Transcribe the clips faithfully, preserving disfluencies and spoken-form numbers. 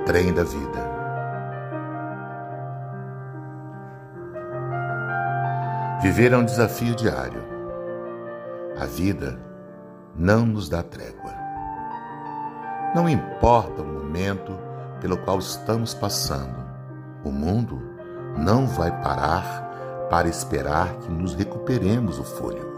trem da vida. Viver é um desafio diário. A vida não nos dá trégua. Não importa o momento pelo qual estamos passando, o mundo não vai parar para esperar que nos recuperemos o fôlego.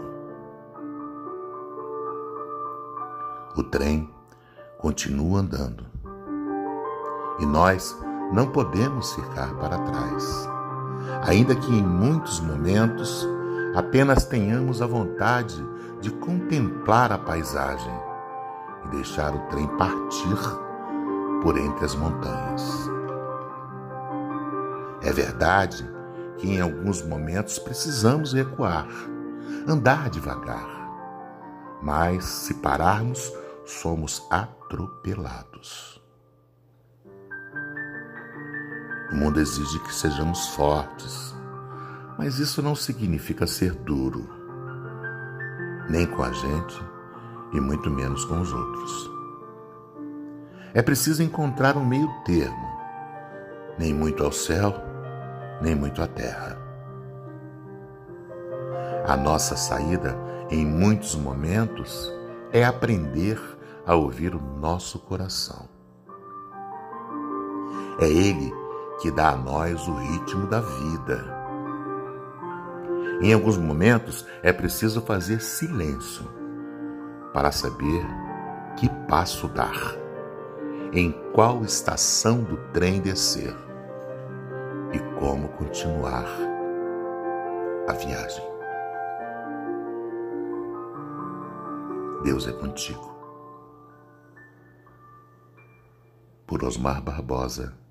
O trem continua andando e nós não podemos ficar para trás, ainda que em muitos momentos apenas tenhamos a vontade de contemplar a paisagem e deixar o trem partir por entre as montanhas. É verdade que em alguns momentos precisamos recuar, andar devagar, mas se pararmos, somos atropelados. O mundo exige que sejamos fortes, mas isso não significa ser duro, nem com a gente e muito menos com os outros. É preciso encontrar um meio termo, nem muito ao céu, nem muito à terra. A nossa saída, em muitos momentos, é aprender a ouvir o nosso coração. É ele que dá a nós o ritmo da vida. Em alguns momentos, é preciso fazer silêncio para saber que passo dar, em qual estação do trem descer e como continuar a viagem. Deus é contigo. Por Osmar Barbosa,